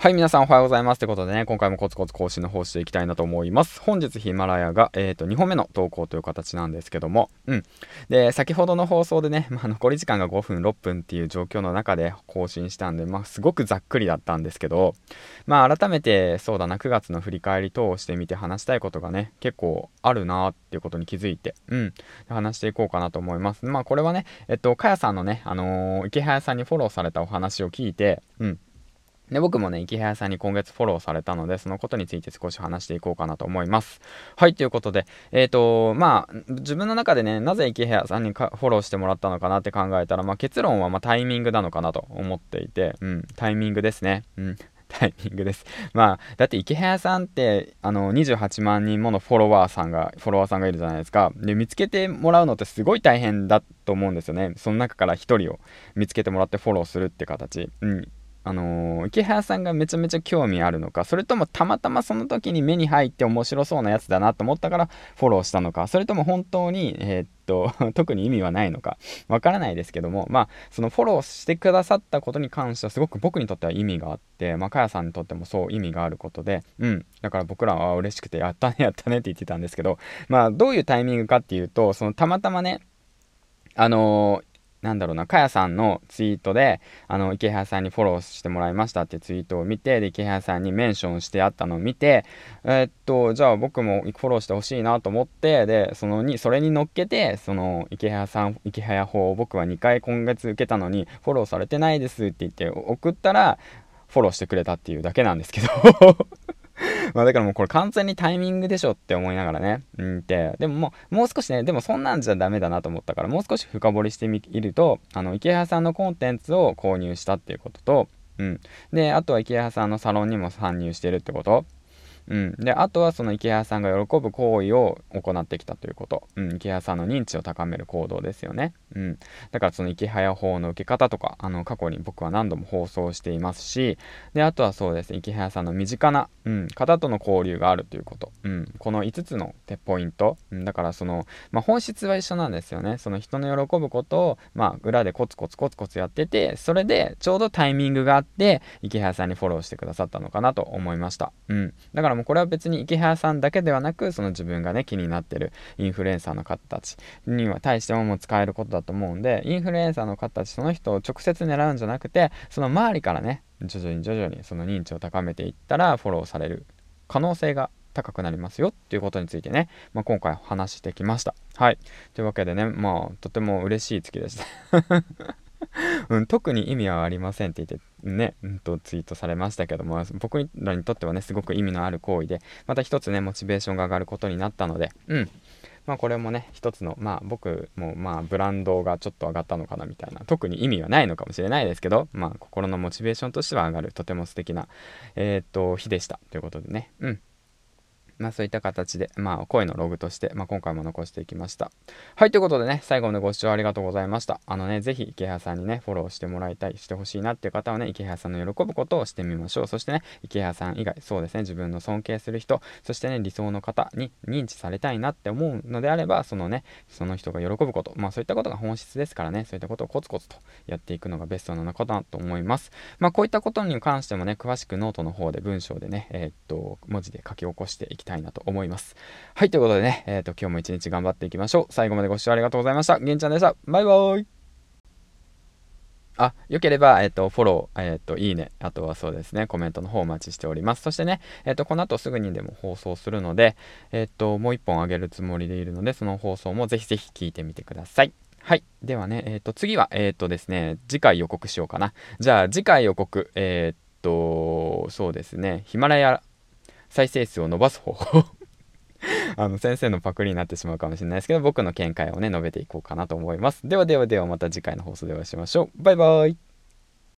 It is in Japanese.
はい、皆さんおはようございます。ということでね、今回もコツコツ更新の方していきたいなと思います。本日ヒマラヤが、2本目の投稿という形なんですけども、で、先ほどの放送でね、残り時間が5分、6分っていう状況の中で更新したんで、すごくざっくりだったんですけど、改めて、そうだな、9月の振り返り等をしてみて話したいことがね、結構あるなっていうことに気づいて、話していこうかなと思います。これはね、かやさんのね、池早さんにフォローされたお話を聞いて、で、僕もね、池早さんに今月フォローされたので、そのことについて少し話していこうかなと思います。はい、ということで、自分の中でね、なぜ池早さんにフォローしてもらったのかなって考えたら、結論はタイミングなのかなと思っていて、タイミングですね。タイミングです。だって池早さんって、28万人ものフォロワーさんがいるじゃないですか。で、見つけてもらうのってすごい大変だと思うんですよね。その中から一人を見つけてもらってフォローするって形。池原さんがめちゃめちゃ興味あるのか、それともたまたまその時に目に入って面白そうなやつだなと思ったからフォローしたのか、それとも本当に、特に意味はないのか、わからないですけども、そのフォローしてくださったことに関してはすごく僕にとっては意味があって、かやさんにとってもそう意味があることで、だから僕らは嬉しくてやったねやったねって言ってたんですけど、どういうタイミングかっていうと、そのたまたまね、あのーなんだろうな、かやさんのツイートで、池原さんにフォローしてもらいましたってツイートを見て、で、池原さんにメンションしてあったのを見て、じゃあ僕もフォローしてほしいなと思って、で、それに乗っけて、池原法を僕は2回今月受けたのに、フォローされてないですって言って送ったら、フォローしてくれたっていうだけなんですけどだからもうこれ完全にタイミングでしょって思いながらね。でももう少しね、でもそんなんじゃダメだなと思ったから、もう少し深掘りしてみると、池原さんのコンテンツを購入したっていうことと、で、あとは池原さんのサロンにも参入してるってこと。で、あとはその池谷さんが喜ぶ行為を行ってきたということ、池谷さんの認知を高める行動ですよね。だからその池谷法の受け方とか、過去に僕は何度も放送していますし、で、あとはそうですね、池谷さんの身近な、方との交流があるということ、この5つのポイント、だからその、本質は一緒なんですよね。その人の喜ぶことを、裏でコツコツコツコツやってて、それでちょうどタイミングがあって、池谷さんにフォローしてくださったのかなと思いました。だからもうこれは別に池原さんだけではなく、その自分がね気になってるインフルエンサーの方たちには対してももう使えることだと思うんで、インフルエンサーの方たちその人を直接狙うんじゃなくて、その周りからね徐々に徐々にその認知を高めていったらフォローされる可能性が高くなりますよっていうことについてね、今回話してきました。はい、というわけでね、とても嬉しい月でした特に意味はありませんって言ってね、ツイートされましたけども、僕らにとってはねすごく意味のある行為で、また一つねモチベーションが上がることになったので、これもね一つの僕もブランドがちょっと上がったのかなみたいな、特に意味はないのかもしれないですけど、心のモチベーションとしては上がるとても素敵な日でしたということでね。そういった形で、声のログとして、今回も残していきました。はい、ということでね、最後までご視聴ありがとうございました。ぜひ池原さんにねフォローしてもらいたい、してほしいなっていう方はね、池原さんの喜ぶことをしてみましょう。そしてね、池原さん以外、そうですね、自分の尊敬する人、そしてね理想の方に認知されたいなって思うのであれば、その人が喜ぶこと、そういったことが本質ですからね、そういったことをコツコツとやっていくのがベストなのかなと思います。こういったことに関してもね、詳しくノートの方で文章でね、文字で書き起こしていきたいなと思います。はい、ということでね、今日も一日頑張っていきましょう。最後までご視聴ありがとうございました。げんちゃんでした。バイバーイ。よければ、フォロー、いいね、あとはそうですね、コメントの方お待ちしております。そしてね、この後すぐにでも放送するので、もう一本あげるつもりでいるので、その放送もぜひぜひ聞いてみてください。はい。ではね、次は、ですね、次回予告しようかな。じゃあ、次回予告、そうですね、ヒマラヤ再生数を伸ばす方法先生のパクリになってしまうかもしれないですけど、僕の見解をね述べていこうかなと思います。ではではでは、また次回の放送でお会いしましょう。バイバイ。